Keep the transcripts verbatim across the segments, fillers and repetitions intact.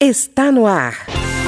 Está no ar.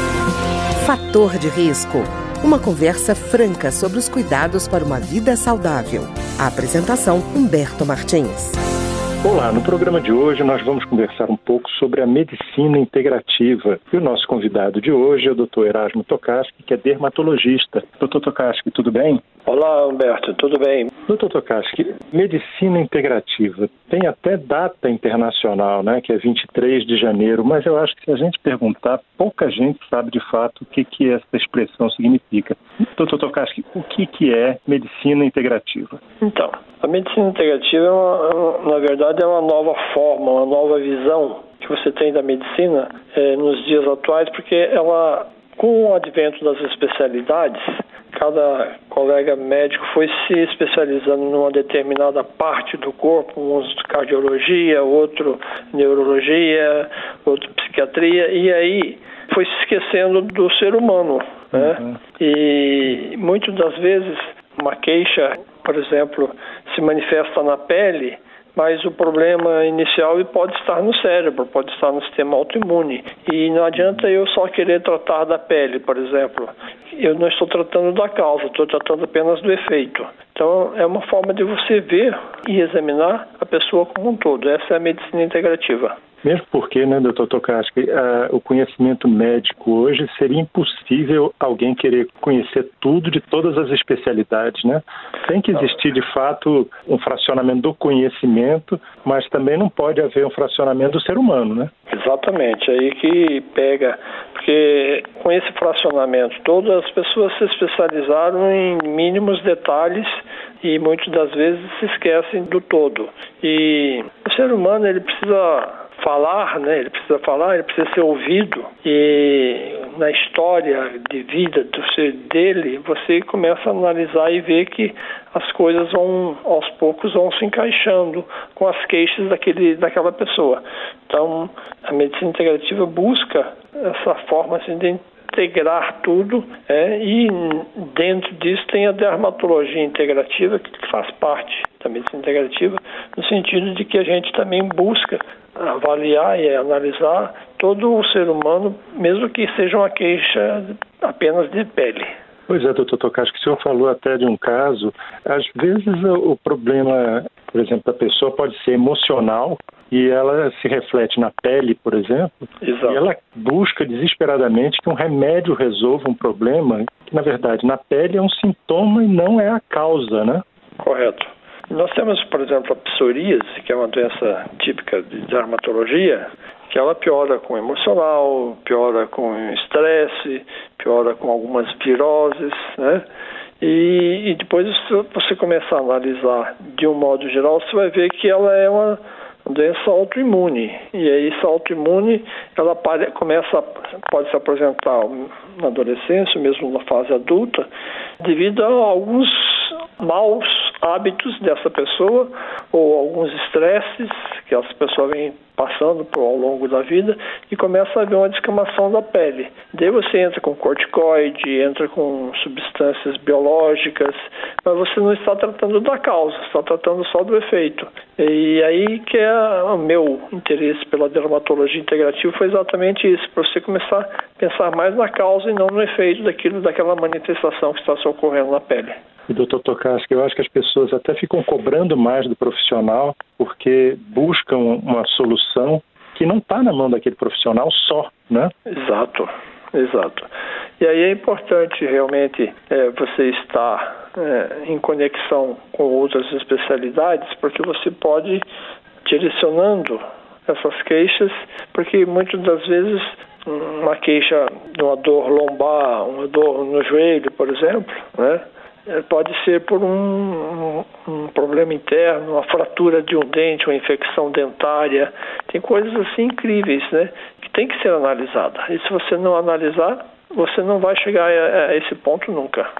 Fator de risco. Uma conversa franca sobre os cuidados para uma vida saudável. A apresentação, Humberto Martins. Olá, no programa de hoje nós vamos conversar um pouco sobre a medicina integrativa. E o nosso convidado de hoje é o doutor Erasmo Tokarski, que é dermatologista. doutor Tokarski, tudo bem? Olá, Humberto, tudo bem? doutor Tokarski, medicina integrativa tem até data internacional, né, que é vinte e três de janeiro, mas eu acho que se a gente perguntar, pouca gente sabe de fato o que, que essa expressão significa. doutor Tokarski, o que, que é medicina integrativa? Então, a medicina integrativa, é uma, na verdade, é uma nova forma, uma nova visão que você tem da medicina é, nos dias atuais, porque ela, com o advento das especialidades, cada colega médico foi se especializando numa determinada parte do corpo, uns cardiologia, outro neurologia, outro psiquiatria, e aí foi se esquecendo do ser humano, né? Uhum. E muitas das vezes uma queixa, por exemplo, se manifesta na pele, mas o problema inicial pode estar no cérebro, pode estar no sistema autoimune. E não adianta eu só querer tratar da pele, por exemplo. Eu não estou tratando da causa, estou tratando apenas do efeito. Então, é uma forma de você ver e examinar a pessoa como um todo. Essa é a medicina integrativa. Mesmo porque, né, doutor Tokarski, uh, o conhecimento médico hoje seria impossível alguém querer conhecer tudo de todas as especialidades, né? Tem que existir, de fato, um fracionamento do conhecimento, mas também não pode haver um fracionamento do ser humano, né? Exatamente, aí que pega, porque com esse fracionamento todas as pessoas se especializaram em mínimos detalhes e muitas das vezes se esquecem do todo. E o ser humano, ele precisa falar, né? Ele precisa falar, ele precisa ser ouvido, e na história de vida do ser dele, você começa a analisar e ver que as coisas vão, aos poucos, vão se encaixando com as queixas daquele, daquela pessoa. Então, a medicina integrativa busca essa forma assim, de integrar tudo, é, e dentro disso tem a dermatologia integrativa, que faz parte da medicina integrativa, no sentido de que a gente também busca avaliar e analisar todo o ser humano, mesmo que seja uma queixa apenas de pele. Pois é, doutor Tokarski, o senhor falou até de um caso, às vezes o, o problema, por exemplo, da pessoa pode ser emocional e ela se reflete na pele, por exemplo. Exato. E ela busca desesperadamente que um remédio resolva um problema que, na verdade, na pele é um sintoma e não é a causa, né? Correto. Nós temos, por exemplo, a psoríase, que é uma doença típica de dermatologia, que ela piora com emocional, piora com estresse, piora com algumas viroses, né? E, e depois, se você começar a analisar de um modo geral, você vai ver que ela é uma doença autoimune. E aí, essa autoimune, ela pare, começa, pode se apresentar na adolescência, mesmo na fase adulta, devido a alguns maus hábitos dessa pessoa ou alguns estresses que essa pessoa vem passando por, ao longo da vida, e começa a haver uma descamação da pele. Daí você entra com corticoide, entra com substâncias biológicas, mas você não está tratando da causa, está tratando só do efeito. E aí que é o meu interesse pela dermatologia integrativa, foi exatamente isso, para você começar a pensar mais na causa e não no efeito daquilo, daquela manifestação que está se ocorrendo na pele. E, doutor Tokarski, eu acho que as pessoas até ficam cobrando mais do profissional porque buscam uma solução que não está na mão daquele profissional só, né? Exato, exato. E aí é importante realmente é, você estar é, em conexão com outras especialidades, porque você pode ir direcionando essas queixas, porque muitas das vezes uma queixa de uma dor lombar, uma dor no joelho, por exemplo, né? Pode ser por um, um, um problema interno, uma fratura de um dente, uma infecção dentária. Tem coisas assim incríveis, né, que tem que ser analisada. E se você não analisar, você não vai chegar a, a esse ponto nunca.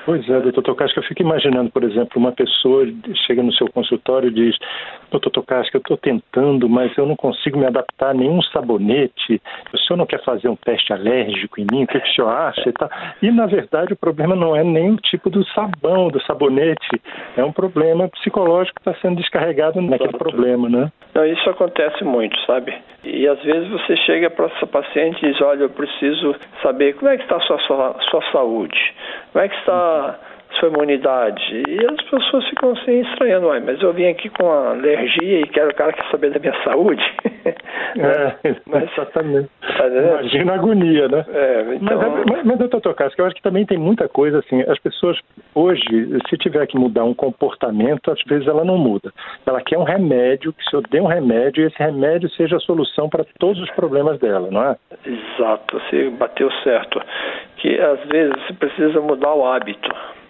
Pois é, doutor Tokarski, eu fico imaginando, por exemplo, uma pessoa chega no seu consultório e diz: doutor Tokarski, eu estou tentando, mas eu não consigo me adaptar a nenhum sabonete, o senhor não quer fazer um teste alérgico em mim, o que, que o senhor acha? E, tal. E, na verdade, o problema não é nem o tipo do sabão, do sabonete, é um problema psicológico que está sendo descarregado naquele Exato. problema, né? Não, isso acontece muito, sabe? E às vezes você chega para essa paciente e diz: olha, eu preciso saber como é que está a sua, sua, sua saúde, como é que está a sua imunidade. E as pessoas ficam assim estranhando: uai, mas eu vim aqui com uma alergia e quero o cara quer saber da minha saúde. É, mas, exatamente. Tá, imagina a agonia, né? É, então... Mas, mas, mas doutor Tokarski, eu acho que também tem muita coisa assim, as pessoas hoje, se tiver que mudar um comportamento, às vezes ela não muda. Ela quer um remédio, que o senhor dê um remédio e esse remédio seja a solução para todos os problemas dela, não é? Exato, você bateu certo. Que às vezes você precisa mudar o hábito.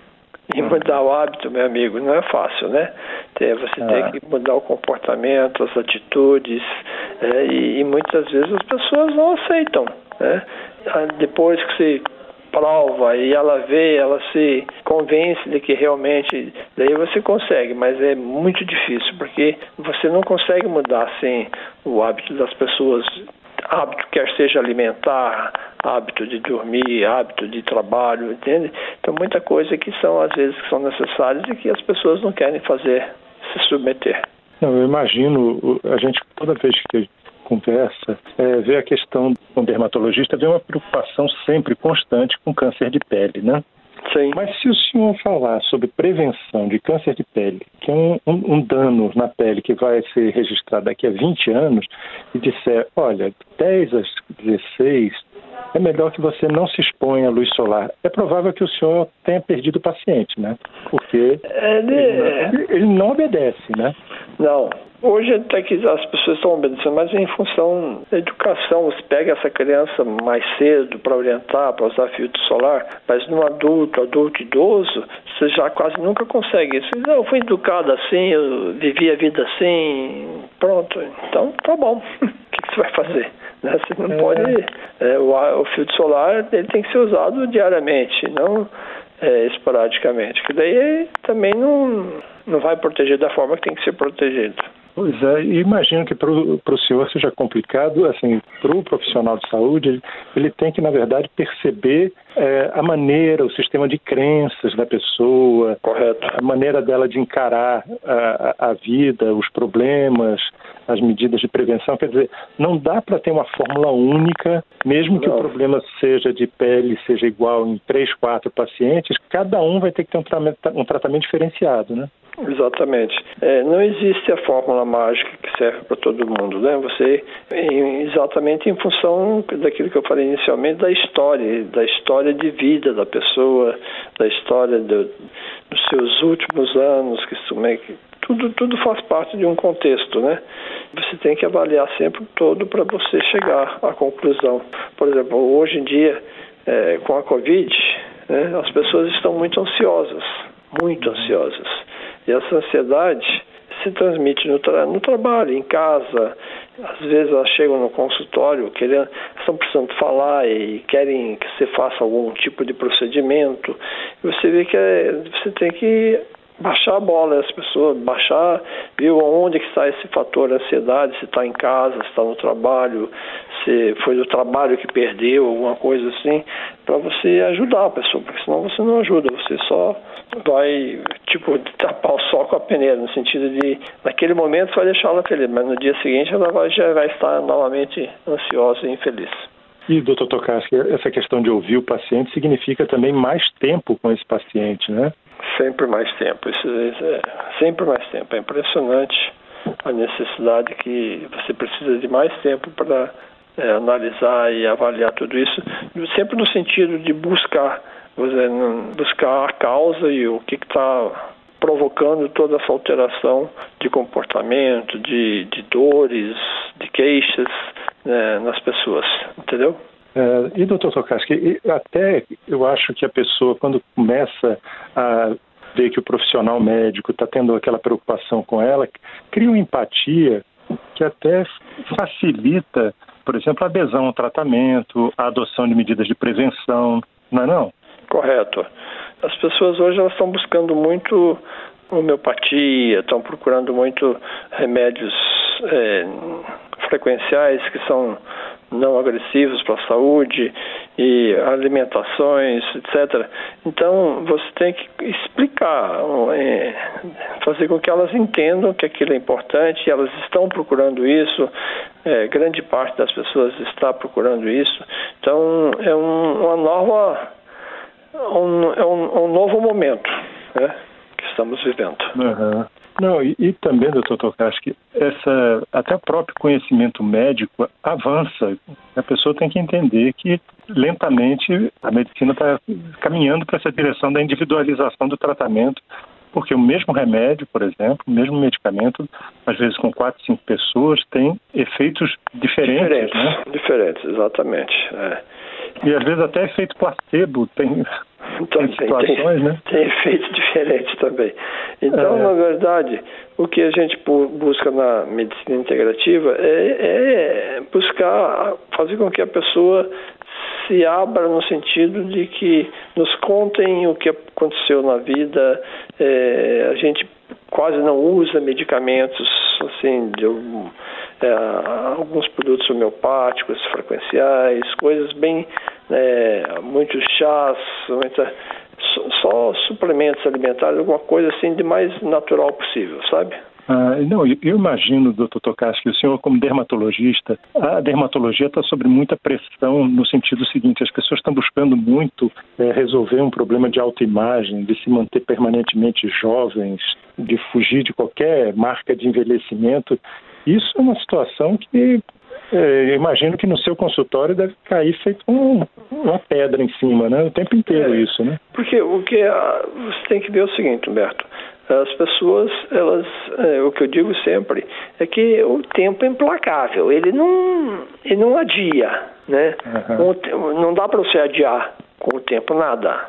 E mudar o hábito, meu amigo, não é fácil, né? Você ah. tem que mudar o comportamento, as atitudes, é, e, e muitas vezes as pessoas não aceitam, né? Depois que você prova e ela vê, ela se convence de que realmente, daí você consegue, mas é muito difícil, porque você não consegue mudar assim o hábito das pessoas. Hábito, quer seja alimentar, hábito de dormir, hábito de trabalho, entende? Então, muita coisa que são, às vezes, que são necessárias e que as pessoas não querem fazer, se submeter. Não, eu imagino, a gente, toda vez que conversa, é, vê a questão com o dermatologista, vê uma preocupação sempre constante com câncer de pele, né? Sim. Mas se o senhor falar sobre prevenção de câncer de pele, que é um, um, um dano na pele que vai ser registrado daqui a vinte anos, e disser, olha, dez a dezesseis, é melhor que você não se exponha à luz solar. É provável que o senhor tenha perdido o paciente, né? Porque ele, ele, ele não obedece, né? Não. Hoje até que as pessoas estão obedecendo, mas em função da educação, você pega essa criança mais cedo para orientar, para usar filtro solar, mas no adulto, adulto idoso, você já quase nunca consegue isso. Não, eu fui educado assim, eu vivi a vida assim, pronto, então tá bom. O que, que você vai fazer? Né? Você não é. pode... É, o, o filtro solar ele tem que ser usado diariamente, não é, esporadicamente, que daí também não, não vai proteger da forma que tem que ser protegido. Pois é, e imagino que para o senhor seja complicado, assim, para o profissional de saúde, ele, ele tem que, na verdade, perceber é, a maneira, o sistema de crenças da pessoa, Correto. A maneira dela de encarar a, a vida, os problemas, as medidas de prevenção. Quer dizer, não dá para ter uma fórmula única, mesmo que não. o problema seja de pele, seja igual em três, quatro pacientes, cada um vai ter que ter um tratamento, um tratamento diferenciado, né? Exatamente. É, não existe a fórmula mágica que serve para todo mundo, né? Você, em, exatamente em função daquilo que eu falei inicialmente, da história, da história de vida da pessoa, da história do, dos seus últimos anos, que, que tudo, tudo faz parte de um contexto, né? Você tem que avaliar sempre o todo para você chegar à conclusão. Por exemplo, hoje em dia, é, com a Covid, né, as pessoas estão muito ansiosas, muito ansiosas. E essa ansiedade se transmite no, tra- no trabalho, em casa. Às vezes elas chegam no consultório, querendo, estão precisando falar e querem que você faça algum tipo de procedimento. E você vê que é, você tem que baixar a bola, as pessoas, baixar, ver onde que está esse fator ansiedade, se está em casa, se está no trabalho, se foi do trabalho que perdeu, alguma coisa assim, para você ajudar a pessoa, porque senão você não ajuda, você só vai, tipo, tapar o sol com a peneira, no sentido de, naquele momento você vai deixar ela feliz, mas no dia seguinte ela vai, já vai estar novamente ansiosa e infeliz. E, doutor Tokarski, essa questão de ouvir o paciente significa também mais tempo com esse paciente, né? Sempre mais tempo, isso é, sempre mais tempo. É impressionante a necessidade que você precisa de mais tempo para é, analisar e avaliar tudo isso, sempre no sentido de buscar, você, buscar a causa e o que está provocando toda essa alteração de comportamento, de, de dores, de queixas, né, nas pessoas, entendeu? É, e, doutor Tokarski, até eu acho que a pessoa, quando começa a ver que o profissional médico está tendo aquela preocupação com ela, cria uma empatia que até facilita, por exemplo, a adesão ao tratamento, a adoção de medidas de prevenção, não é não? Correto. as pessoas hoje elas estão buscando muito homeopatia, estão procurando muito remédios é, frequenciais que são não agressivos para a saúde e alimentações, etcétera. Então, você tem que explicar, é, fazer com que elas entendam que aquilo é importante, elas estão procurando isso, é, grande parte das pessoas está procurando isso. Então, é um, uma nova, um, é um, um novo momento, né, que estamos vivendo. Uhum. Não, e, e também, doutor Tokarski, essa, até o próprio conhecimento médico avança. A pessoa tem que entender que, lentamente, a medicina está caminhando para essa direção da individualização do tratamento, porque o mesmo remédio, por exemplo, o mesmo medicamento, às vezes com quatro, cinco pessoas, tem efeitos diferentes. Diferentes, né? Diferentes, exatamente. É. E às vezes até efeito placebo tem, também, tem situações, tem, né? Tem efeitos diferentes também. Então, é. na verdade, o que a gente busca na medicina integrativa é, é buscar fazer com que a pessoa se abra no sentido de que nos contem o que aconteceu na vida. É, a gente quase não usa medicamentos, assim, de algum, é, alguns produtos homeopáticos, frequenciais, coisas bem, é, muitos chás, muita, só suplementos alimentares, alguma coisa assim de mais natural possível, sabe? Ah, não, eu, eu imagino, doutor Tokarski, que o senhor, como dermatologista, a dermatologia está sob muita pressão no sentido seguinte: as pessoas estão buscando muito é, resolver um problema de autoimagem, de se manter permanentemente jovens, de fugir de qualquer marca de envelhecimento. Isso é uma situação que é, eu imagino que no seu consultório deve cair feito um, uma pedra em cima, né? O tempo inteiro é, isso, né? Porque o que a, você tem que ver é o seguinte, Humberto. As pessoas, elas, é, o que eu digo sempre é que o tempo é implacável, ele não, ele não adia, né? Uhum. Não dá para você adiar com o tempo nada.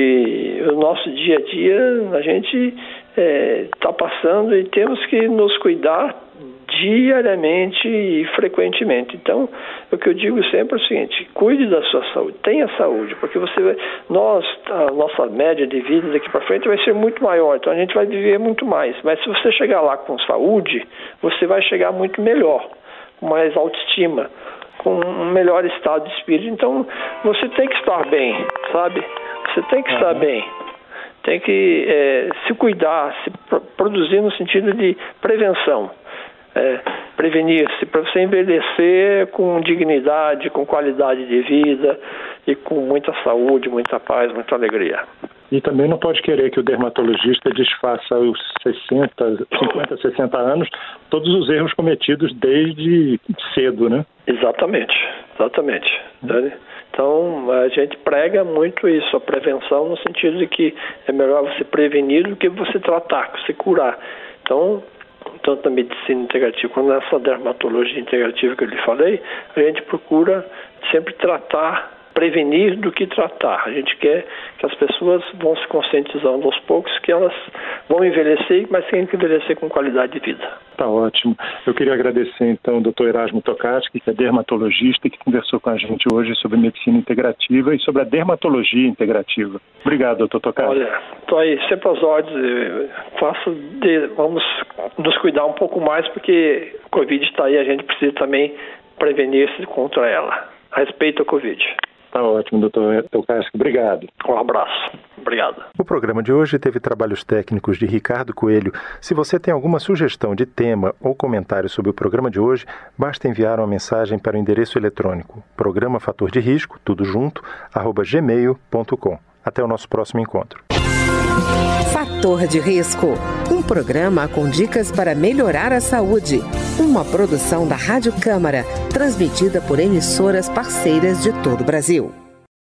E o nosso dia a dia, a gente está é, passando e temos que nos cuidar diariamente e frequentemente. Então, o que eu digo sempre é o seguinte: cuide da sua saúde, tenha saúde, porque você vai, nós, a nossa média de vida daqui para frente vai ser muito maior, então a gente vai viver muito mais. Mas se você chegar lá com saúde, você vai chegar muito melhor, com mais autoestima, com um melhor estado de espírito. Então, você tem que estar bem, sabe? Você tem que estar bem. Tem que é, se cuidar, se produzir no sentido de prevenção. É, prevenir-se, para você envelhecer com dignidade, com qualidade de vida e com muita saúde, muita paz, muita alegria. E também não pode querer que o dermatologista desfaça aos sessenta, cinquenta, sessenta anos todos os erros cometidos desde cedo, né? Exatamente, exatamente. Hum. Então, a gente prega muito isso, a prevenção, no sentido de que é melhor você prevenir do que você tratar, você curar. Então, tanto na medicina integrativa quanto nessa dermatologia integrativa que eu lhe falei, a gente procura sempre tratar, prevenir do que tratar. A gente quer que as pessoas vão se conscientizando aos poucos que elas vão envelhecer, mas têm que envelhecer com qualidade de vida. Tá ótimo. Eu queria agradecer então ao doutor Erasmo Tokarski, que é dermatologista e que conversou com a gente hoje sobre medicina integrativa e sobre a dermatologia integrativa. Obrigado, doutor Tokarski. Olha, estou aí sempre às ordens. Faço de, vamos nos cuidar um pouco mais, porque o Covid está aí, a gente precisa também prevenir-se contra ela. A respeito ao Covid. Tá ótimo, doutor Tokarski. Obrigado. Um abraço. Obrigado. O programa de hoje teve trabalhos técnicos de Ricardo Coelho. Se você tem alguma sugestão de tema ou comentário sobre o programa de hoje, basta enviar uma mensagem para o endereço eletrônico programa fator de risco, tudo junto, arroba gmail ponto com. Até o nosso próximo encontro. Fator de Risco, um programa com dicas para melhorar a saúde. Uma produção da Rádio Câmara, transmitida por emissoras parceiras de todo o Brasil.